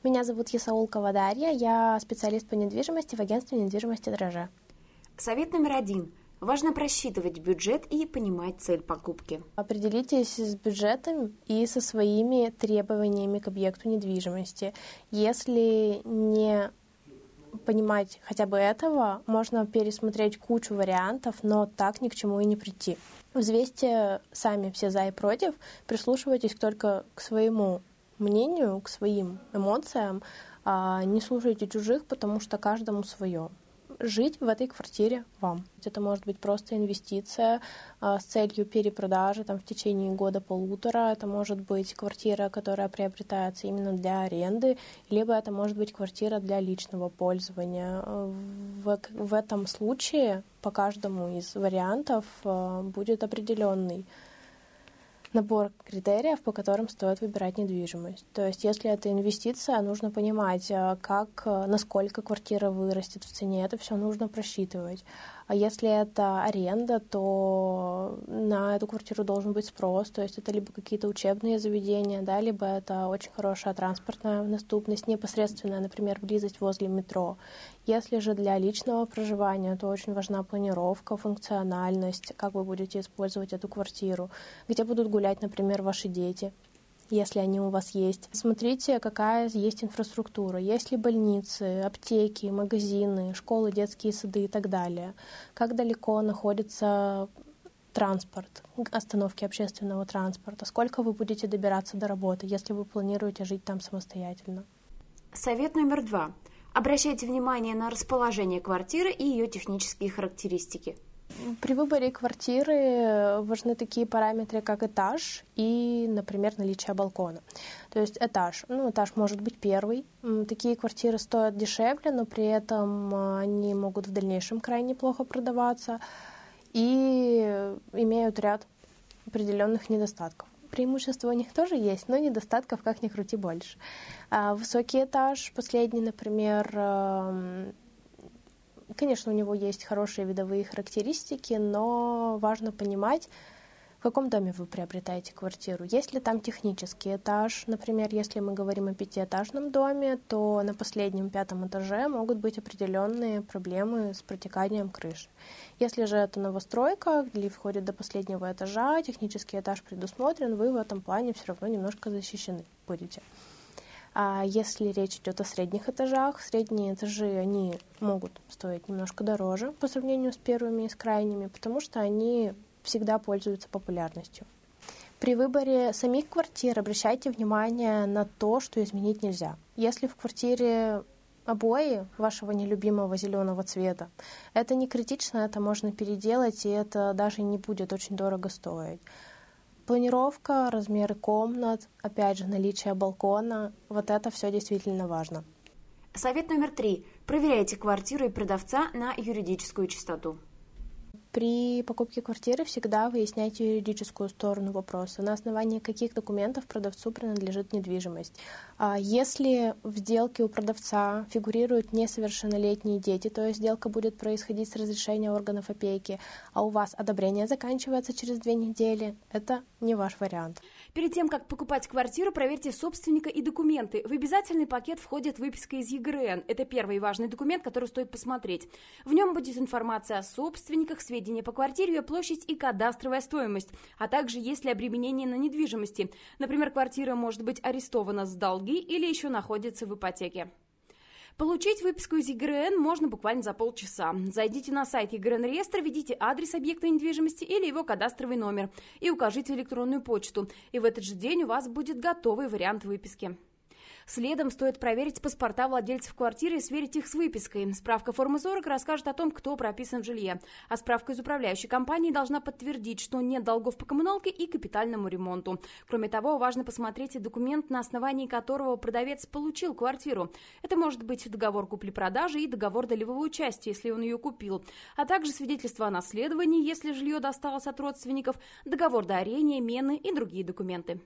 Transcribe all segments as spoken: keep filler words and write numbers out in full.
Меня зовут Ясаулкова Дарья, я специалист по недвижимости в агентстве недвижимости «Драже». Совет номер один. Важно просчитывать бюджет и понимать цель покупки. Определитесь с бюджетом и со своими требованиями к объекту недвижимости. Если не понимать хотя бы этого, можно пересмотреть кучу вариантов, но так ни к чему и не прийти. Взвесьте сами все за и против, прислушивайтесь только к своему мнению, к своим эмоциям, не слушайте чужих, потому что каждому свое. Жить в этой квартире вам. Это может быть просто инвестиция а, с целью перепродажи там, в течение года-полутора. Это может быть квартира, которая приобретается именно для аренды, либо это может быть квартира для личного пользования. В, в этом случае по каждому из вариантов а, будет определенный набор критериев, по которым стоит выбирать недвижимость. То есть, если это инвестиция, нужно понимать, как, насколько квартира вырастет в цене, это все нужно просчитывать. А если это аренда, то на эту квартиру должен быть спрос, то есть это либо какие-то учебные заведения, да, либо это очень хорошая транспортная доступность, непосредственная, например, близость возле метро. Если же для личного проживания, то очень важна планировка, функциональность, как вы будете использовать эту квартиру, где будут гулять, например, ваши дети, если они у вас есть. Смотрите, какая есть инфраструктура. Есть ли больницы, аптеки, магазины, школы, детские сады и так далее. Как далеко находится транспорт, остановки общественного транспорта. Сколько вы будете добираться до работы, если вы планируете жить там самостоятельно. Совет номер два. Обращайте внимание на расположение квартиры и ее технические характеристики. При выборе квартиры важны такие параметры, как этаж и, например, наличие балкона. То есть этаж. Ну, этаж может быть первый. Такие квартиры стоят дешевле, но при этом они могут в дальнейшем крайне плохо продаваться и имеют ряд определенных недостатков. Преимущества у них тоже есть, но недостатков, как ни крути, больше. Высокий этаж, последний, например, конечно, у него есть хорошие видовые характеристики, но важно понимать, в каком доме вы приобретаете квартиру. Есть ли там технический этаж, например, если мы говорим о пятиэтажном доме, то на последнем пятом этаже могут быть определенные проблемы с протеканием крыши. Если же это новостройка, где входит до последнего этажа, технический этаж предусмотрен, вы в этом плане все равно немножко защищены будете. А если речь идет о средних этажах, средние этажи, они могут стоить немножко дороже по сравнению с первыми и с крайними, потому что они всегда пользуются популярностью. При выборе самих квартир обращайте внимание на то, что изменить нельзя. Если в квартире обои вашего нелюбимого зеленого цвета, это не критично, это можно переделать, и это даже не будет очень дорого стоить. Планировка, размеры комнат, опять же, наличие балкона, вот это все действительно важно. Совет номер три. Проверяйте квартиру и продавца на юридическую чистоту. При покупке квартиры всегда выясняйте юридическую сторону вопроса, на основании каких документов продавцу принадлежит недвижимость. Если в сделке у продавца фигурируют несовершеннолетние дети, то есть сделка будет происходить с разрешения органов опеки, а у вас одобрение заканчивается через две недели, это не ваш вариант. Перед тем, как покупать квартиру, проверьте собственника и документы. В обязательный пакет входит выписка из ЕГРН. Это первый важный документ, который стоит посмотреть. В нем будет информация о собственниках, сведения по квартире, ее площадь и кадастровая стоимость, а также есть ли обременение на недвижимости. Например, квартира может быть арестована с долги или еще находится в ипотеке. Получить выписку из ЕГРН можно буквально за полчаса. Зайдите на сайт ЕГРН-реестра, введите адрес объекта недвижимости или его кадастровый номер и укажите электронную почту. И в этот же день у вас будет готовый вариант выписки. Следом стоит проверить паспорта владельцев квартиры и сверить их с выпиской. Справка формы сорок расскажет о том, кто прописан в жилье. А справка из управляющей компании должна подтвердить, что нет долгов по коммуналке и капитальному ремонту. Кроме того, важно посмотреть и документ, на основании которого продавец получил квартиру. Это может быть договор купли-продажи и договор долевого участия, если он ее купил. А также свидетельство о наследовании, если жилье досталось от родственников, договор дарения, мены и другие документы.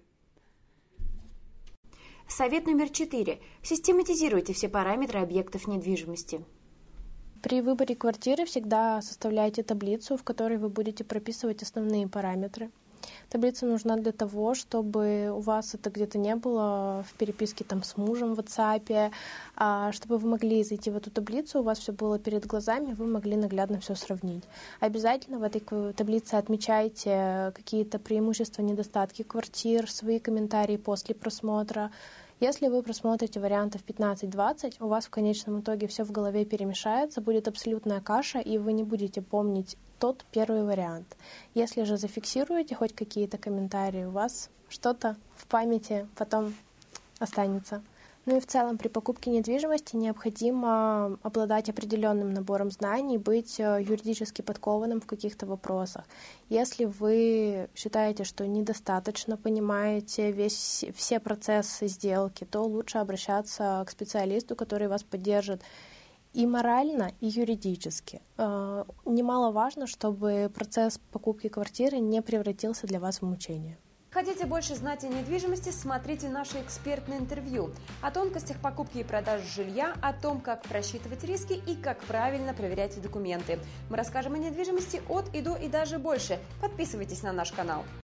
Совет номер четыре. Систематизируйте все параметры объектов недвижимости. При выборе квартиры всегда составляйте таблицу, в которой вы будете прописывать основные параметры. Таблица нужна для того, чтобы у вас это где-то не было в переписке там с мужем в WhatsApp, а чтобы вы могли зайти в эту таблицу, у вас все было перед глазами, вы могли наглядно все сравнить. Обязательно в этой таблице отмечайте какие-то преимущества, недостатки квартир, свои комментарии после просмотра. Если вы просмотрите вариантов пятнадцать-двадцать, у вас в конечном итоге все в голове перемешается, будет абсолютная каша, и вы не будете помнить тот первый вариант. Если же зафиксируете хоть какие-то комментарии, у вас что-то в памяти потом останется. Ну и в целом при покупке недвижимости необходимо обладать определенным набором знаний, быть юридически подкованным в каких-то вопросах. Если вы считаете, что недостаточно понимаете весь, все процессы сделки, то лучше обращаться к специалисту, который вас поддержит и морально, и юридически. Немаловажно, чтобы процесс покупки квартиры не превратился для вас в мучение. Хотите больше знать о недвижимости, смотрите наше экспертное интервью о тонкостях покупки и продажи жилья, о том, как просчитывать риски и как правильно проверять документы. Мы расскажем о недвижимости от и до и даже больше. Подписывайтесь на наш канал.